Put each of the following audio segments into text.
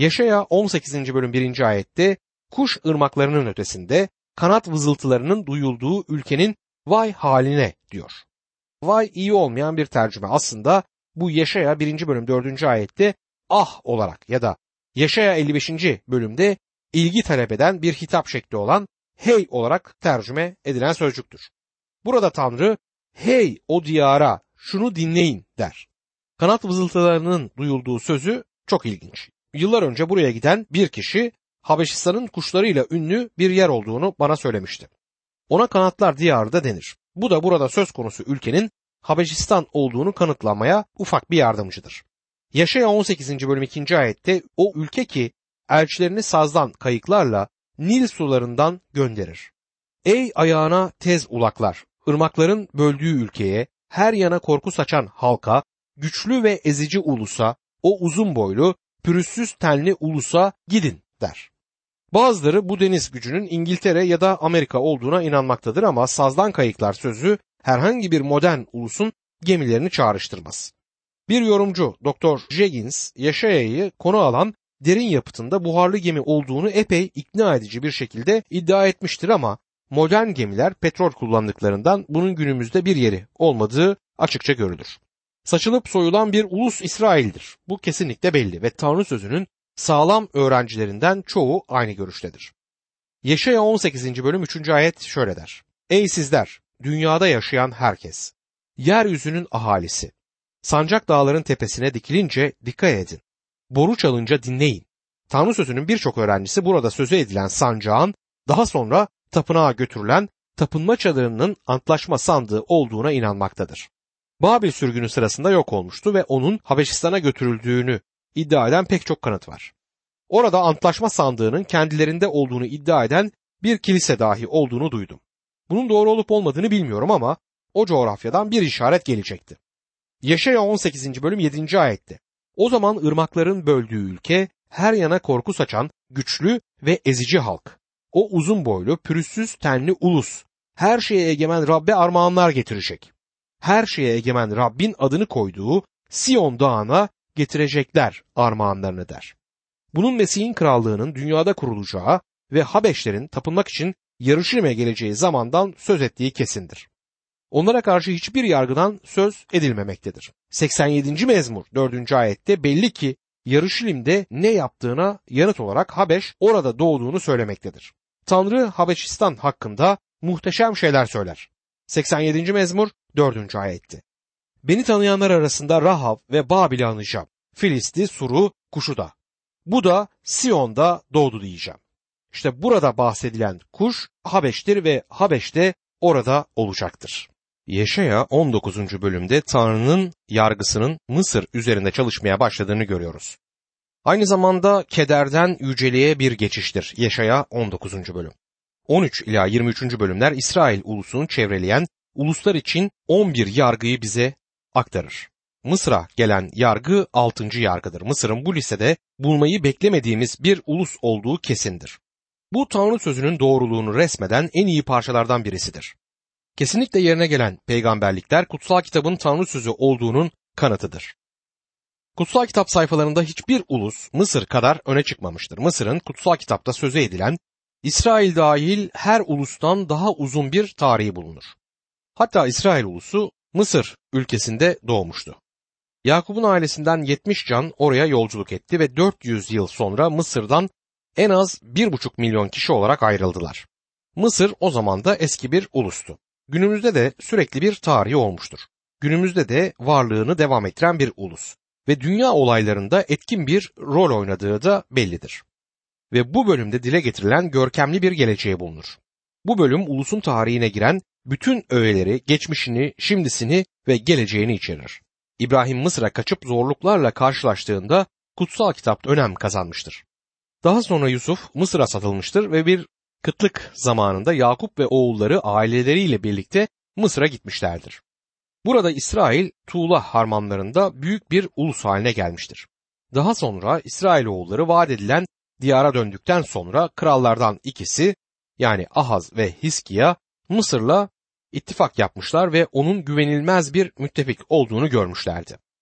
Yeşaya 18. bölüm 1. ayette Kuş ırmaklarının ötesinde kanat vızıltılarının duyulduğu ülkenin vay haline diyor. Vay iyi olmayan bir tercüme. Aslında bu Yeşaya 1. bölüm 4. ayette ah olarak ya da Yeşaya 55. bölümde ilgi talep eden bir hitap şekli olan hey olarak tercüme edilen sözcüktür. Burada Tanrı hey o diyara şunu dinleyin der. Kanat vızıltılarının duyulduğu sözü çok ilginç. Yıllar önce buraya giden bir kişi Habeşistan'ın kuşlarıyla ünlü bir yer olduğunu bana söylemişti. Ona kanatlar diyarı da denir. Bu da burada söz konusu ülkenin Habeşistan olduğunu kanıtlamaya ufak bir yardımcıdır. Yeşaya 18. bölüm 2. ayette o ülke ki elçilerini sazdan kayıklarla Nil sularından gönderir. Ey ayağına tez ulaklar, ırmakların böldüğü ülkeye, her yana korku saçan halka, güçlü ve ezici ulusa, o uzun boylu, pürüzsüz tenli ulusa gidin der. Bazıları bu deniz gücünün İngiltere ya da Amerika olduğuna inanmaktadır ama sazdan kayıklar sözü herhangi bir modern ulusun gemilerini çağrıştırmaz. Bir yorumcu Dr. Jeggins, Yeşaya'yı konu alan derin yapıtında buharlı gemi olduğunu epey ikna edici bir şekilde iddia etmiştir ama modern gemiler petrol kullandıklarından bunun günümüzde bir yeri olmadığı açıkça görülür. Saçılıp soyulan bir ulus İsrail'dir. Bu kesinlikle belli ve Tanrı sözünün sağlam öğrencilerinden çoğu aynı görüştedir. Yeşaya 18. bölüm 3. ayet şöyle der. Ey sizler, dünyada yaşayan herkes, yeryüzünün ahalisi, sancak dağların tepesine dikilince dikkat edin. Boru çalınca dinleyin. Tanrı sözünün birçok öğrencisi burada sözü edilen sancağın daha sonra tapınağa götürülen tapınma çadırının antlaşma sandığı olduğuna inanmaktadır. Babil sürgünü sırasında yok olmuştu ve onun Habeşistan'a götürüldüğünü iddia eden pek çok kanıt var. Orada antlaşma sandığının kendilerinde olduğunu iddia eden bir kilise dahi olduğunu duydum. Bunun doğru olup olmadığını bilmiyorum ama o coğrafyadan bir işaret gelecekti. Yeşaya 18. bölüm 7. ayette. O zaman ırmakların böldüğü ülke, her yana korku saçan, güçlü ve ezici halk. O uzun boylu, pürüzsüz tenli ulus, her şeye egemen Rabbe armağanlar getirecek. Her şeye egemen Rabbin adını koyduğu Siyon dağına getirecekler armağanlarını der. Bunun Mesih'in krallığının dünyada kurulacağı ve Habeşlerin tapınmak için Yarışilim'e geleceği zamandan söz ettiği kesindir. Onlara karşı hiçbir yargıdan söz edilmemektedir. 87. mezmur 4. ayette belli ki Yarışilim'de ne yaptığına yanıt olarak Habeş orada doğduğunu söylemektedir. Tanrı Habeşistan hakkında muhteşem şeyler söyler. 87. mezmur 4. ayette. Beni tanıyanlar arasında Rahav ve Babil'i anacağım. Filisti, Sur'u, kuşu da. Bu da Siyon'da doğdu diyeceğim. İşte burada bahsedilen kuş Habeş'tir ve Habeş de orada olacaktır. Yeşaya 19. bölümde Tanrı'nın yargısının Mısır üzerinde çalışmaya başladığını görüyoruz. Aynı zamanda kederden yüceliğe bir geçiştir. Yeşaya 19. bölüm. 13 ila 23. bölümler İsrail ulusunu çevreleyen uluslar için 11 yargıyı bize aktarır. Mısır'a gelen yargı 6. yargıdır. Mısır'ın bu listede bulmayı beklemediğimiz bir ulus olduğu kesindir. Bu Tanrı sözünün doğruluğunu resmeden en iyi parçalardan birisidir. Kesinlikle yerine gelen peygamberlikler kutsal kitabın Tanrı sözü olduğunun kanıtıdır. Kutsal kitap sayfalarında hiçbir ulus Mısır kadar öne çıkmamıştır. Mısır'ın kutsal kitapta sözü edilen İsrail dahil her ulustan daha uzun bir tarihi bulunur. Hatta İsrail ulusu Mısır ülkesinde doğmuştu. Yakup'un ailesinden 70 can oraya yolculuk etti ve 400 yıl sonra Mısır'dan en az 1,5 milyon kişi olarak ayrıldılar. Mısır o zaman da eski bir ulustu. Günümüzde de sürekli bir tarihi olmuştur. Günümüzde de varlığını devam ettiren bir ulus ve dünya olaylarında etkin bir rol oynadığı da bellidir. Ve bu bölümde dile getirilen görkemli bir geleceğe bulunur. Bu bölüm ulusun tarihine giren bütün öğeleri, geçmişini, şimdisini ve geleceğini içerir. İbrahim Mısır'a kaçıp zorluklarla karşılaştığında kutsal kitapta önem kazanmıştır. Daha sonra Yusuf Mısır'a satılmıştır ve bir kıtlık zamanında Yakup ve oğulları aileleriyle birlikte Mısır'a gitmişlerdir. Burada İsrail tuğla harmanlarında büyük bir ulus haline gelmiştir. Daha sonra İsrailoğulları vaat edilen diyara döndükten sonra krallardan ikisi yani Ahaz ve Hiskiya Mısır'la ittifak yapmışlar ve onun güvenilmez bir müttefik olduğunu görmüşlerdi.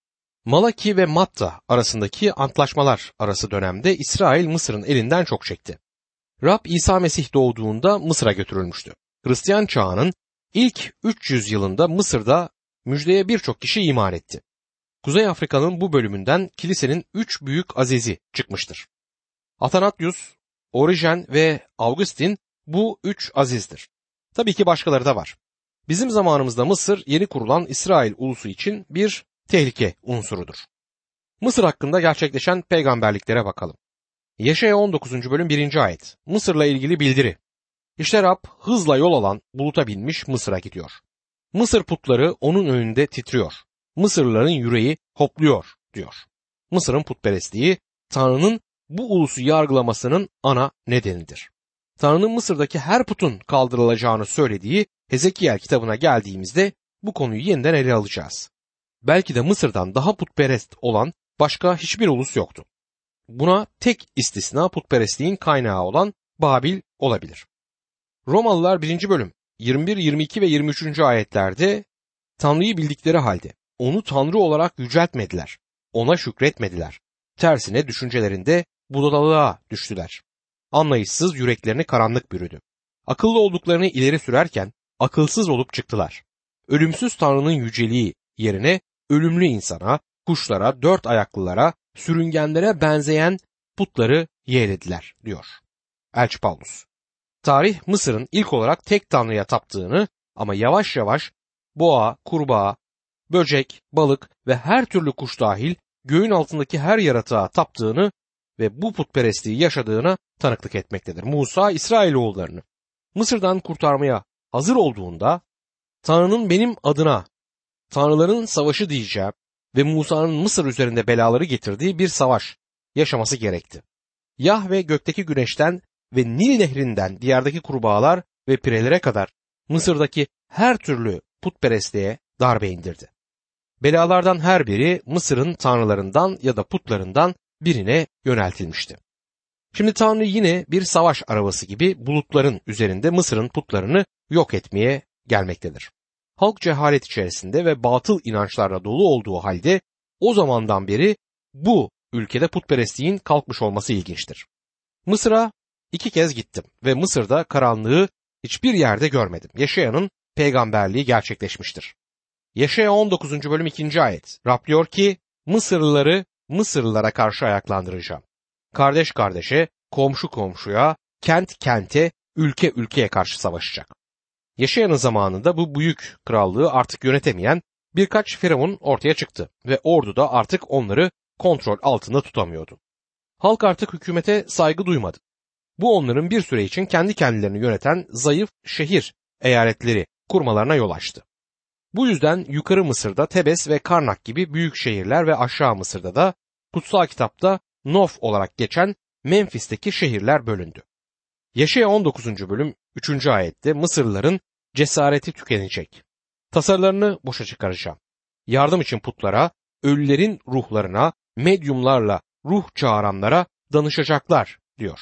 Malaki ve Matta arasındaki antlaşmalar arası dönemde İsrail Mısır'ın elinden çok çekti. Rab İsa Mesih doğduğunda Mısır'a götürülmüştü. Hristiyan çağının ilk 300 yılında Mısır'da müjdeye birçok kişi iman etti. Kuzey Afrika'nın bu bölümünden kilisenin 3 büyük azizi çıkmıştır. Athanasius, Origen ve Augustin bu 3 azizdir. Tabii ki başkaları da var. Bizim zamanımızda Mısır yeni kurulan İsrail ulusu için bir tehlike unsurudur. Mısır hakkında gerçekleşen peygamberliklere bakalım. Yeşaya 19. bölüm 1. ayet. Mısır'la ilgili bildiri. İşte Rab hızla yol alan buluta binmiş Mısır'a gidiyor. Mısır putları onun önünde titriyor. Mısırlıların yüreği hopluyor diyor. Mısır'ın putperestliği Tanrı'nın bu ulusu yargılamasının ana nedenidir. Tanrı'nın Mısır'daki her putun kaldırılacağını söylediği Hezekiel kitabına geldiğimizde bu konuyu yeniden ele alacağız. Belki de Mısır'dan daha putperest olan başka hiçbir ulus yoktu. Buna tek istisna putperestliğin kaynağı olan Babil olabilir. Romalılar 1. bölüm 21, 22 ve 23. ayetlerde Tanrı'yı bildikleri halde onu Tanrı olarak yüceltmediler, ona şükretmediler. Tersine düşüncelerinde budalalığa düştüler. Anlayışsız yüreklerini karanlık bürüdü. Akıllı olduklarını ileri sürerken akılsız olup çıktılar. Ölümsüz Tanrı'nın yüceliği yerine ölümlü insana, kuşlara, dört ayaklılara, sürüngenlere benzeyen putları yeğlediler diyor Elçi Pavlus. Tarih Mısır'ın ilk olarak tek tanrıya taptığını ama yavaş yavaş boğa, kurbağa, böcek, balık ve her türlü kuş dahil göğün altındaki her yaratığa taptığını ve bu putperestliği yaşadığına tanıklık etmektedir. Musa İsrailoğullarını Mısır'dan kurtarmaya hazır olduğunda Tanrı'nın benim adına tanrıların savaşı diyeceğim ve Musa'nın Mısır üzerinde belaları getirdiği bir savaş yaşaması gerekti. Yahve gökteki güneşten ve Nil nehrinden diyardaki kurbağalar ve pirelere kadar Mısır'daki her türlü putperestliğe darbe indirdi. Belalardan her biri Mısır'ın tanrılarından ya da putlarından birine yöneltilmişti. Şimdi Tanrı yine bir savaş arabası gibi bulutların üzerinde Mısır'ın putlarını yok etmeye gelmektedir. Halk cehalet içerisinde ve batıl inançlarla dolu olduğu halde o zamandan beri bu ülkede putperestliğin kalkmış olması ilginçtir. Mısır'a 2 kez gittim ve Mısır'da karanlığı hiçbir yerde görmedim. Yeşaya'nın peygamberliği gerçekleşmiştir. Yeşaya 19. bölüm 2. ayet. Rab diyor ki Mısırlıları Mısırlılara karşı ayaklandıracağım. Kardeş kardeşe, komşu komşuya, kent kente, ülke ülkeye karşı savaşacak. Yeşaya'nın zamanında bu büyük krallığı artık yönetemeyen birkaç firavun ortaya çıktı ve ordu da artık onları kontrol altında tutamıyordu. Halk artık hükümete saygı duymadı. Bu onların bir süre için kendi kendilerini yöneten zayıf şehir eyaletleri kurmalarına yol açtı. Bu yüzden Yukarı Mısır'da Tebes ve Karnak gibi büyük şehirler ve Aşağı Mısır'da da kutsal kitapta Nof olarak geçen Memphis'teki şehirler bölündü. Yeşaya 19. bölüm 3. ayette Mısırlıların cesareti tükenecek. Tasarılarını boşa çıkaracağım. Yardım için putlara, ölülerin ruhlarına, medyumlarla ruh çağıranlara danışacaklar diyor.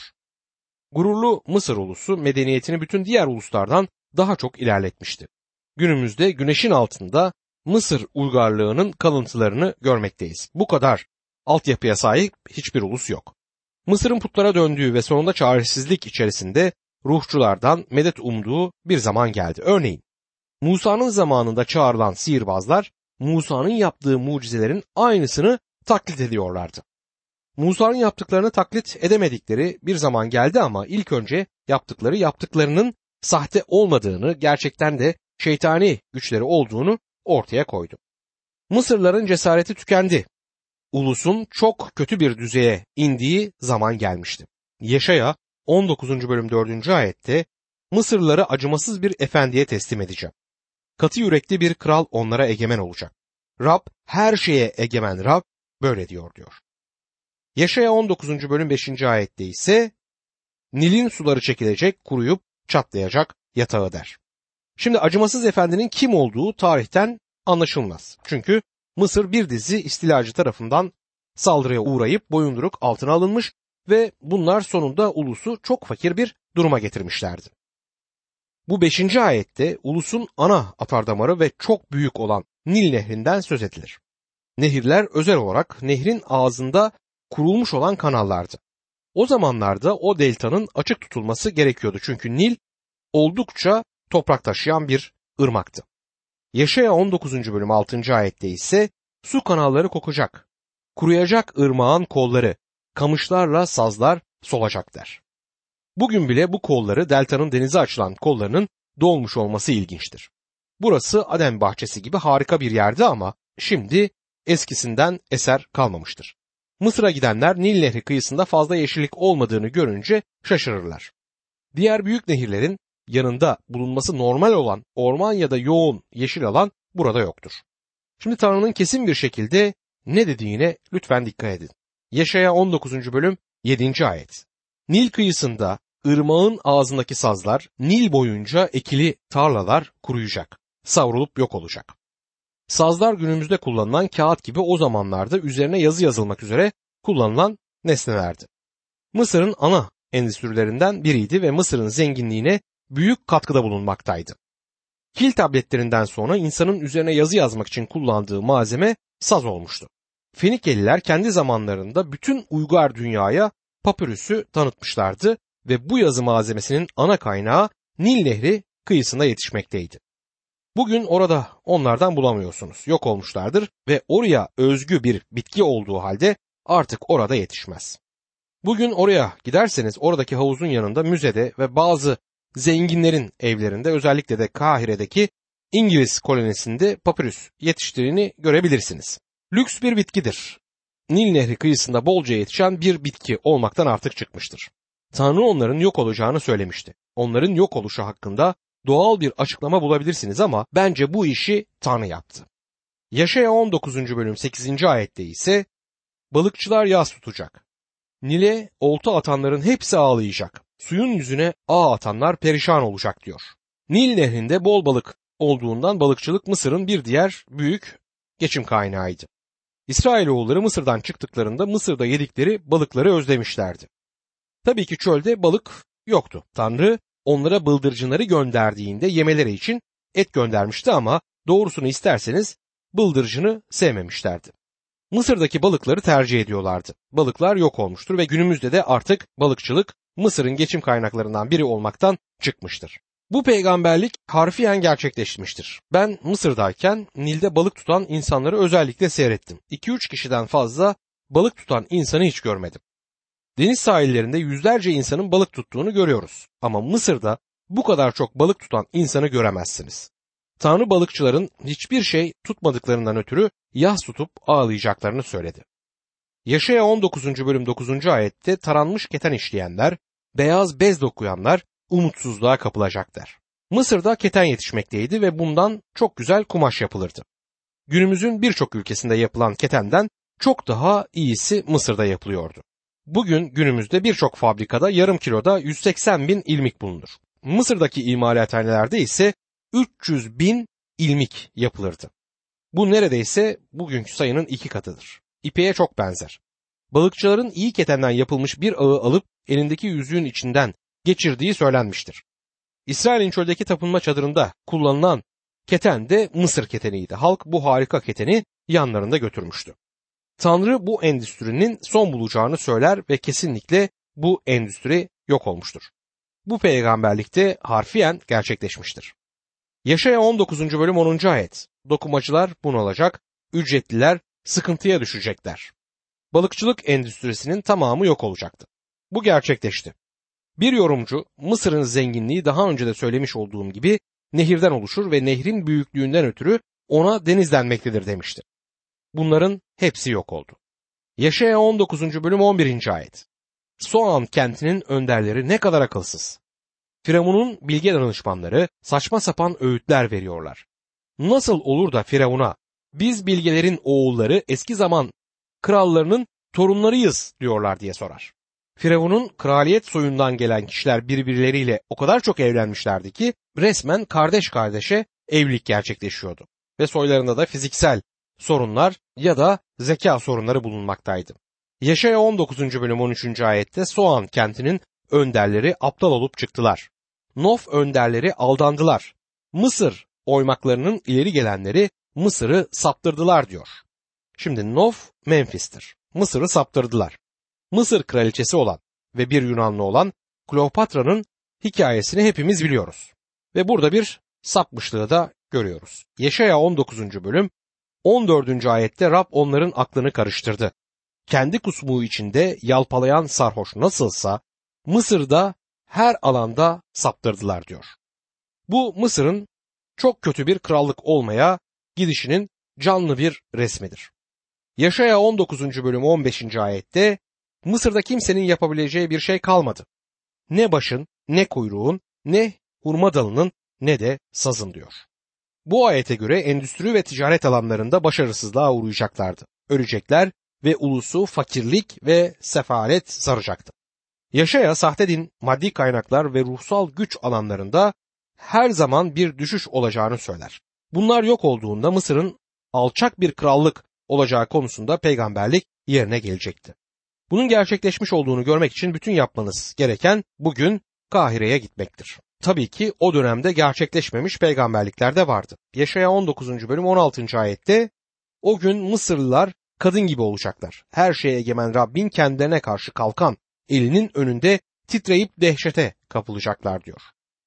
Gururlu Mısır ulusu medeniyetini bütün diğer uluslardan daha çok ilerletmişti. Günümüzde güneşin altında Mısır uygarlığının kalıntılarını görmekteyiz. Bu kadar altyapıya sahip hiçbir ulus yok. Mısır'ın putlara döndüğü ve sonunda çaresizlik içerisinde ruhçulardan medet umduğu bir zaman geldi. Örneğin Musa'nın zamanında çağrılan sihirbazlar Musa'nın yaptığı mucizelerin aynısını taklit ediyorlardı. Musa'nın yaptıklarını taklit edemedikleri bir zaman geldi ama ilk önce yaptıklarının sahte olmadığını, gerçekten de şeytani güçleri olduğunu ortaya koydu. Mısırlıların cesareti tükendi. Ulusun çok kötü bir düzeye indiği zaman gelmişti. Yeşaya 19. bölüm 4. ayette Mısırlıları acımasız bir efendiye teslim edeceğim. Katı yürekli bir kral onlara egemen olacak. Rab, her şeye egemen Rab böyle diyor. Yeşaya 19. bölüm 5. ayette ise Nil'in suları çekilecek, kuruyup çatlayacak yatağı der. Şimdi acımasız efendinin kim olduğu tarihten anlaşılmaz. Çünkü Mısır bir dizi istilacı tarafından saldırıya uğrayıp boyunduruk altına alınmış ve bunlar sonunda ulusu çok fakir bir duruma getirmişlerdi. Bu 5. ayette ulusun ana atardamarı ve çok büyük olan Nil Nehri'nden söz edilir. Nehirler özel olarak nehrin ağzında kurulmuş olan kanallardı. O zamanlarda o deltanın açık tutulması gerekiyordu çünkü Nil oldukça toprak taşıyan bir ırmaktı. Yaşaya 19. bölüm 6. ayette ise su kanalları kokacak, kuruyacak ırmağın kolları, kamışlarla sazlar solacak der. Bugün bile bu kolları deltanın denize açılan kollarının dolmuş olması ilginçtir. Burası Aden bahçesi gibi harika bir yerdi ama şimdi eskisinden eser kalmamıştır. Mısır'a gidenler Nil Nehri kıyısında fazla yeşillik olmadığını görünce şaşırırlar. Diğer büyük nehirlerin yanında bulunması normal olan orman ya da yoğun yeşil alan burada yoktur. Şimdi Tanrı'nın kesin bir şekilde ne dediğine lütfen dikkat edin. Yaşaya 19. bölüm 7. ayet. Nil kıyısında ırmağın ağzındaki sazlar, Nil boyunca ekili tarlalar kuruyacak, savrulup yok olacak. Sazlar günümüzde kullanılan kağıt gibi o zamanlarda üzerine yazı yazılmak üzere kullanılan nesnelerdi. Mısır'ın ana endüstrilerinden biriydi ve Mısır'ın zenginliğine büyük katkıda bulunmaktaydı. Kil tabletlerinden sonra insanın üzerine yazı yazmak için kullandığı malzeme saz olmuştu. Fenikeliler kendi zamanlarında bütün uygar dünyaya papürüsü tanıtmışlardı ve bu yazı malzemesinin ana kaynağı Nil Nehri kıyısında yetişmekteydi. Bugün orada onlardan bulamıyorsunuz. Yok olmuşlardır ve oraya özgü bir bitki olduğu halde artık orada yetişmez. Bugün oraya giderseniz oradaki havuzun yanında müzede ve bazı zenginlerin evlerinde özellikle de Kahire'deki İngiliz kolonisinde papyrus yetiştiğini görebilirsiniz. Lüks bir bitkidir. Nil Nehri kıyısında bolca yetişen bir bitki olmaktan artık çıkmıştır. Tanrı onların yok olacağını söylemişti. Onların yok oluşu hakkında doğal bir açıklama bulabilirsiniz ama bence bu işi Tanrı yaptı. Yaşaya 19. bölüm 8. ayette ise balıkçılar yas tutacak. Nil'e olta atanların hepsi ağlayacak. Suyun yüzüne ağ atanlar perişan olacak diyor. Nil nehrinde bol balık olduğundan balıkçılık Mısır'ın bir diğer büyük geçim kaynağıydı. İsrailoğulları Mısır'dan çıktıklarında Mısır'da yedikleri balıkları özlemişlerdi. Tabii ki çölde balık yoktu. Tanrı onlara bıldırcınları gönderdiğinde yemeleri için et göndermişti ama doğrusunu isterseniz bıldırcını sevmemişlerdi. Mısır'daki balıkları tercih ediyorlardı. Balıklar yok olmuştur ve günümüzde de artık balıkçılık Mısır'ın geçim kaynaklarından biri olmaktan çıkmıştır. Bu peygamberlik harfiyen gerçekleşmiştir. Ben Mısır'dayken Nil'de balık tutan insanları özellikle seyrettim. 2-3 kişiden fazla balık tutan insanı hiç görmedim. Deniz sahillerinde yüzlerce insanın balık tuttuğunu görüyoruz. Ama Mısır'da bu kadar çok balık tutan insanı göremezsiniz. Tanrı balıkçıların hiçbir şey tutmadıklarından ötürü yas tutup ağlayacaklarını söyledi. Yaşaya 19. bölüm 9. ayette taranmış keten işleyenler, beyaz bez dokuyanlar umutsuzluğa kapılacaklar. Mısır'da keten yetişmekteydi ve bundan çok güzel kumaş yapılırdı. Günümüzün birçok ülkesinde yapılan ketenden çok daha iyisi Mısır'da yapılıyordu. Bugün günümüzde birçok fabrikada yarım kiloda 180 bin ilmik bulunur. Mısır'daki imalathanelerde ise 300 bin ilmik yapılırdı. Bu neredeyse bugünkü sayının 2 katıdır. İpeğe çok benzer. Balıkçıların iyi ketenden yapılmış bir ağı alıp elindeki yüzüğün içinden geçirdiği söylenmiştir. İsrail'in çöldeki tapınma çadırında kullanılan keten de Mısır keteniydi. Halk bu harika keteni yanlarında götürmüştü. Tanrı bu endüstrinin son bulacağını söyler ve kesinlikle bu endüstri yok olmuştur. Bu peygamberlikte harfiyen gerçekleşmiştir. Yaşaya 19. bölüm 10. ayet. Dokumacılar bunalacak, ücretliler sıkıntıya düşecekler. Balıkçılık endüstrisinin tamamı yok olacaktı. Bu gerçekleşti. Bir yorumcu Mısır'ın zenginliği daha önce de söylemiş olduğum gibi nehirden oluşur ve nehrin büyüklüğünden ötürü ona deniz denmektedir demişti. Bunların hepsi yok oldu. Yaşaya 19. bölüm 11. ayet. Soan kentinin önderleri ne kadar akılsız. Firavun'un bilge danışmanları saçma sapan öğütler veriyorlar. Nasıl olur da Firavun'a biz bilgelerin oğulları eski zaman krallarının torunlarıyız diyorlar diye sorar. Firavun'un kraliyet soyundan gelen kişiler birbirleriyle o kadar çok evlenmişlerdi ki resmen kardeş kardeşe evlilik gerçekleşiyordu. Ve soylarında da fiziksel sorunlar ya da zeka sorunları bulunmaktaydı. Yaşaya 19. bölüm 13. ayette Soan kentinin önderleri aptal olup çıktılar. Nof önderleri aldandılar. Mısır oymaklarının ileri gelenleri Mısır'ı saptırdılar diyor. Şimdi Nof Memphis'tir. Mısır'ı saptırdılar. Mısır kraliçesi olan ve bir Yunanlı olan Kleopatra'nın hikayesini hepimiz biliyoruz. Ve burada bir sapmışlığı da görüyoruz. Yeşaya 19. bölüm 14. ayette Rab onların aklını karıştırdı. Kendi kusmuğu içinde yalpalayan sarhoş nasılsa Mısır'da her alanda saptırdılar diyor. Bu Mısır'ın çok kötü bir krallık olmaya gidişinin canlı bir resmidir. Yeşaya 19. bölüm 15. ayette Mısır'da kimsenin yapabileceği bir şey kalmadı. Ne başın, ne kuyruğun, ne hurma dalının, ne de sazın diyor. Bu ayete göre endüstri ve ticaret alanlarında başarısızlığa uğrayacaklardı. Ölecekler ve ulusu fakirlik ve sefalet saracaktı. Yeşaya sahte din, maddi kaynaklar ve ruhsal güç alanlarında her zaman bir düşüş olacağını söyler. Bunlar yok olduğunda Mısır'ın alçak bir krallık olacağı konusunda peygamberlik yerine gelecekti. Bunun gerçekleşmiş olduğunu görmek için bütün yapmanız gereken bugün Kahire'ye gitmektir. Tabii ki o dönemde gerçekleşmemiş peygamberlikler de vardı. Yeşaya 19. bölüm 16. ayette o gün Mısırlılar kadın gibi olacaklar. Her şeye egemen Rabbin kendilerine karşı kalkan elinin önünde titreyip dehşete kapılacaklar diyor.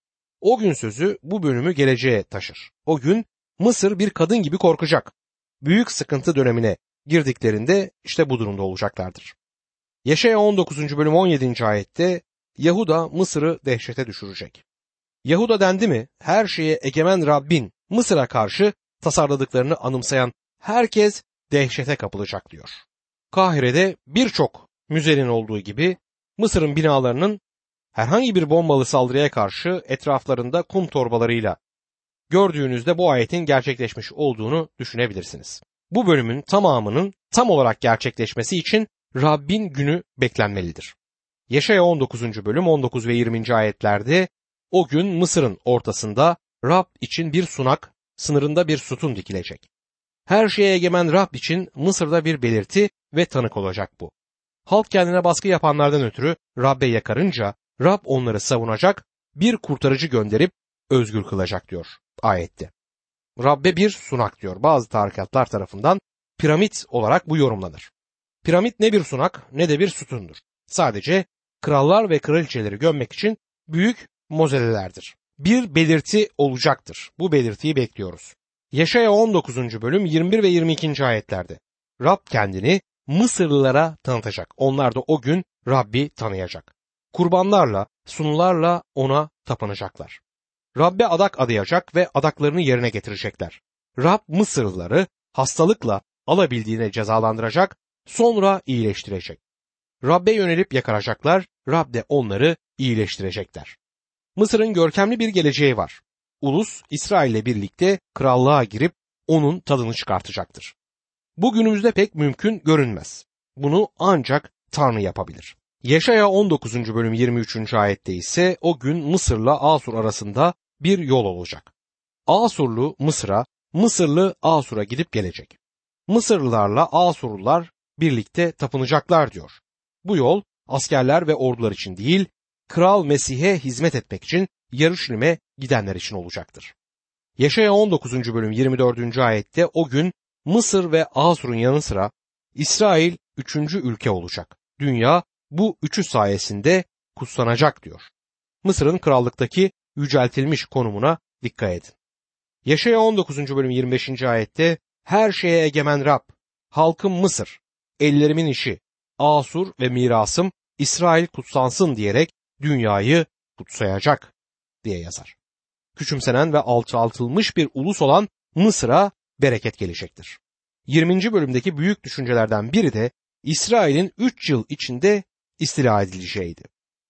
O gün sözü bu bölümü geleceğe taşır. O gün Mısır bir kadın gibi korkacak. Büyük sıkıntı dönemine girdiklerinde işte bu durumda olacaklardır. Yeşaya 19. bölüm 17. ayette Yahuda Mısır'ı dehşete düşürecek. Yahuda dendi mi her şeye egemen Rabbin Mısır'a karşı tasarladıklarını anımsayan herkes dehşete kapılacak diyor. Kahire'de birçok müzenin olduğu gibi Mısır'ın binalarının herhangi bir bombalı saldırıya karşı etraflarında kum torbalarıyla gördüğünüzde bu ayetin gerçekleşmiş olduğunu düşünebilirsiniz. Bu bölümün tamamının tam olarak gerçekleşmesi için Rabbin günü beklenmelidir. Yeşaya 19. bölüm 19 ve 20. ayetlerde o gün Mısır'ın ortasında Rab için bir sunak, sınırında bir sütun dikilecek. Her şeye egemen Rab için Mısır'da bir belirti ve tanık olacak bu. Halk kendine baskı yapanlardan ötürü Rab'be yakarınca Rab onları savunacak, bir kurtarıcı gönderip özgür kılacak diyor ayette. Rab'be bir sunak diyor. Bazı tarikatlar tarafından piramit olarak bu yorumlanır. Piramit ne bir sunak ne de bir sütundur. Sadece krallar ve kraliçeleri gömmek için büyük mozellelerdir. Bir belirti olacaktır. Bu belirtiyi bekliyoruz. Yeşaya 19. bölüm 21 ve 22. ayetlerde Rab kendini Mısırlılara tanıtacak. Onlar da o gün Rabbi tanıyacak. Kurbanlarla, sunularla ona tapınacaklar. Rabbe adak adayacak ve adaklarını yerine getirecekler. Rab Mısırlıları hastalıkla alabildiğine cezalandıracak, sonra iyileştirecek. Rabbe yönelip yakaracaklar, Rab de onları iyileştirecekler. Mısır'ın görkemli bir geleceği var. Ulus İsrail ile birlikte krallığa girip onun tadını çıkartacaktır. Bu günümüzde pek mümkün görünmez. Bunu ancak Tanrı yapabilir. Yeşaya 19. bölüm 23. ayette ise o gün Mısır'la Asur arasında bir yol olacak. Asurlu Mısır'a, Mısırlı Asur'a gidip gelecek. Mısırlılarla Asurlular birlikte tapınacaklar diyor. Bu yol askerler ve ordular için değil, Kral Mesih'e hizmet etmek için Yarışilim'e gidenler için olacaktır. Yeşaya 19. bölüm 24. ayette o gün Mısır ve Asur'un yanı sıra İsrail 3. ülke olacak. Dünya bu üçü sayesinde kutsanacak diyor. Mısır'ın krallıktaki yüceltilmiş konumuna dikkat edin. Yeşaya 19. bölüm 25. ayette her şeye egemen Rab, halkım Mısır, ellerimin işi, Asur ve mirasım İsrail kutsansın diyerek dünyayı kutsayacak diye yazar. Küçümsenen ve alçaltılmış bir ulus olan Mısır'a bereket gelecektir. 20. bölümdeki büyük düşüncelerden biri de İsrail'in 3 yıl içinde istila edileceğiydi.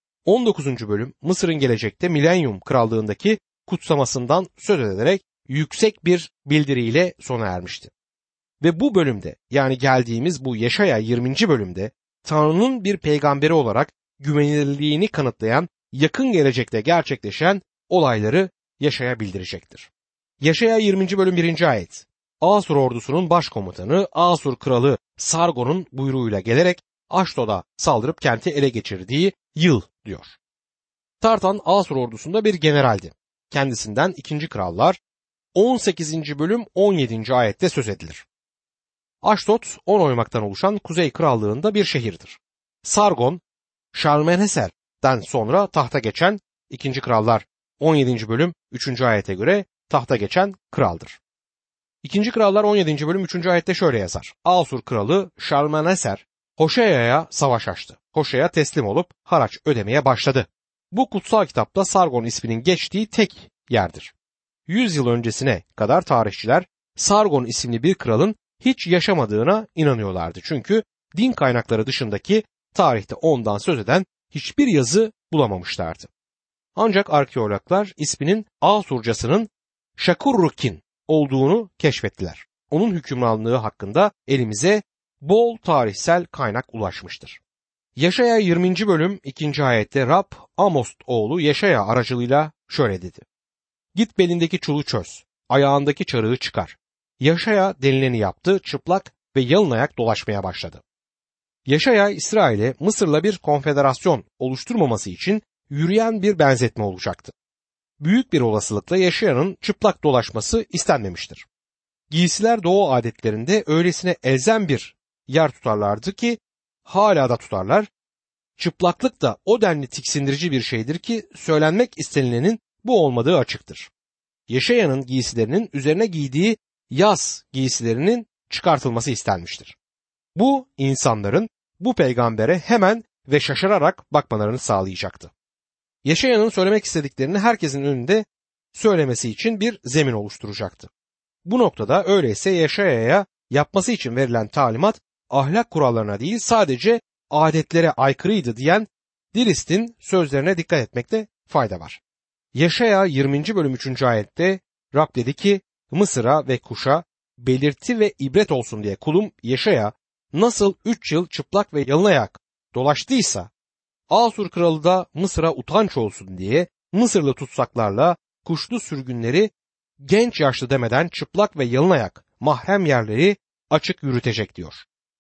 19. bölüm Mısır'ın gelecekte milenyum krallığındaki kutsamasından söz ederek yüksek bir bildiriyle sona ermişti. Ve bu bölümde yani geldiğimiz bu Yeşaya 20. bölümde Tanrı'nın bir peygamberi olarak güvenilirliğini kanıtlayan yakın gelecekte gerçekleşen olayları Yeşaya bildirecektir. Yeşaya 20. bölüm 1. ayet Asur ordusunun başkomutanı Asur kralı Sargon'un buyruğuyla gelerek Aşdod'a saldırıp kenti ele geçirdiği yıl diyor. Tartan Asur ordusunda bir generaldi. Kendisinden 2. Krallar 18. bölüm 17. ayette söz edilir. Aşdod 10 oymaktan oluşan Kuzey Krallığı'nda bir şehirdir. Sargon, Şalmaneser'den sonra tahta geçen 2. Krallar 17. bölüm 3. ayete göre tahta geçen kraldır. 2. Krallar 17. bölüm 3. ayette şöyle yazar. Asur kralı Şalmaneser Hoşeya'ya savaş açtı. Hoşeya teslim olup haraç ödemeye başladı. Bu kutsal kitapta Sargon isminin geçtiği tek yerdir. 100 yıl öncesine kadar tarihçiler Sargon isimli bir kralın hiç yaşamadığına inanıyorlardı. Çünkü din kaynakları dışındaki tarihte ondan söz eden hiçbir yazı bulamamışlardı. Ancak arkeologlar isminin Asurcasının Şakurrukin olduğunu keşfettiler. Onun hükümranlığı hakkında elimize bol tarihsel kaynak ulaşmıştır. Yaşaya 20. bölüm 2. ayette Rab Amos oğlu Yaşaya aracılığıyla şöyle dedi. Git belindeki çulu çöz, ayağındaki çarığı çıkar. Yaşaya denileni yaptı, çıplak ve yalın ayak dolaşmaya başladı. Yaşaya İsrail'e Mısır'la bir konfederasyon oluşturmaması için yürüyen bir benzetme olacaktı. Büyük bir olasılıkla Yaşaya'nın çıplak dolaşması istenmemiştir. Giysiler doğu adetlerinde öylesine elzem bir yer tutarlardı ki hala da tutarlar. Çıplaklık da o denli tiksindirici bir şeydir ki söylenmek istenilenin bu olmadığı açıktır. Yaşaya'nın giysilerinin üzerine giydiği yaz giysilerinin çıkartılması istenmiştir. Bu insanların bu peygambere hemen ve şaşırarak bakmalarını sağlayacaktı. Yaşaya'nın söylemek istediklerini herkesin önünde söylemesi için bir zemin oluşturacaktı. Bu noktada öyleyse Yaşaya'ya yapması için verilen talimat ahlak kurallarına değil sadece adetlere aykırıydı diyen Dilist'in sözlerine dikkat etmekte fayda var. Yaşaya 20. bölüm 3. ayette Rab dedi ki Mısır'a ve Kuş'a belirti ve ibret olsun diye kulum Yaşaya nasıl 3 yıl çıplak ve yalın ayak dolaştıysa Asur kralı da Mısır'a utanç olsun diye Mısırlı tutsaklarla kuşlu sürgünleri genç yaşlı demeden çıplak ve yalın ayak mahrem yerleri açık yürütecek diyor.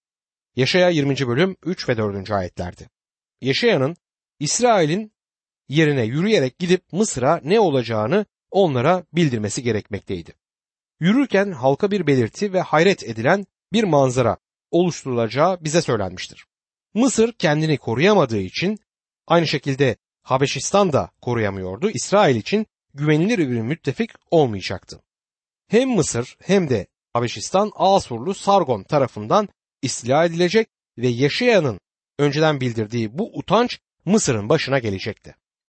Yaşaya 20. bölüm 3 ve 4. ayetlerdi. Yaşaya'nın İsrail'in yerine yürüyerek gidip Mısır'a ne olacağını onlara bildirmesi gerekmekteydi. Yürürken halka bir belirti ve hayret edilen bir manzara oluşturulacağı bize söylenmiştir. Mısır kendini koruyamadığı için aynı şekilde Habeşistan da koruyamıyordu. İsrail için güvenilir bir müttefik olmayacaktı. Hem Mısır hem de Habeşistan Asurlu Sargon tarafından istila edilecek ve Yaşaya'nın önceden bildirdiği bu utanç Mısır'ın başına gelecekti.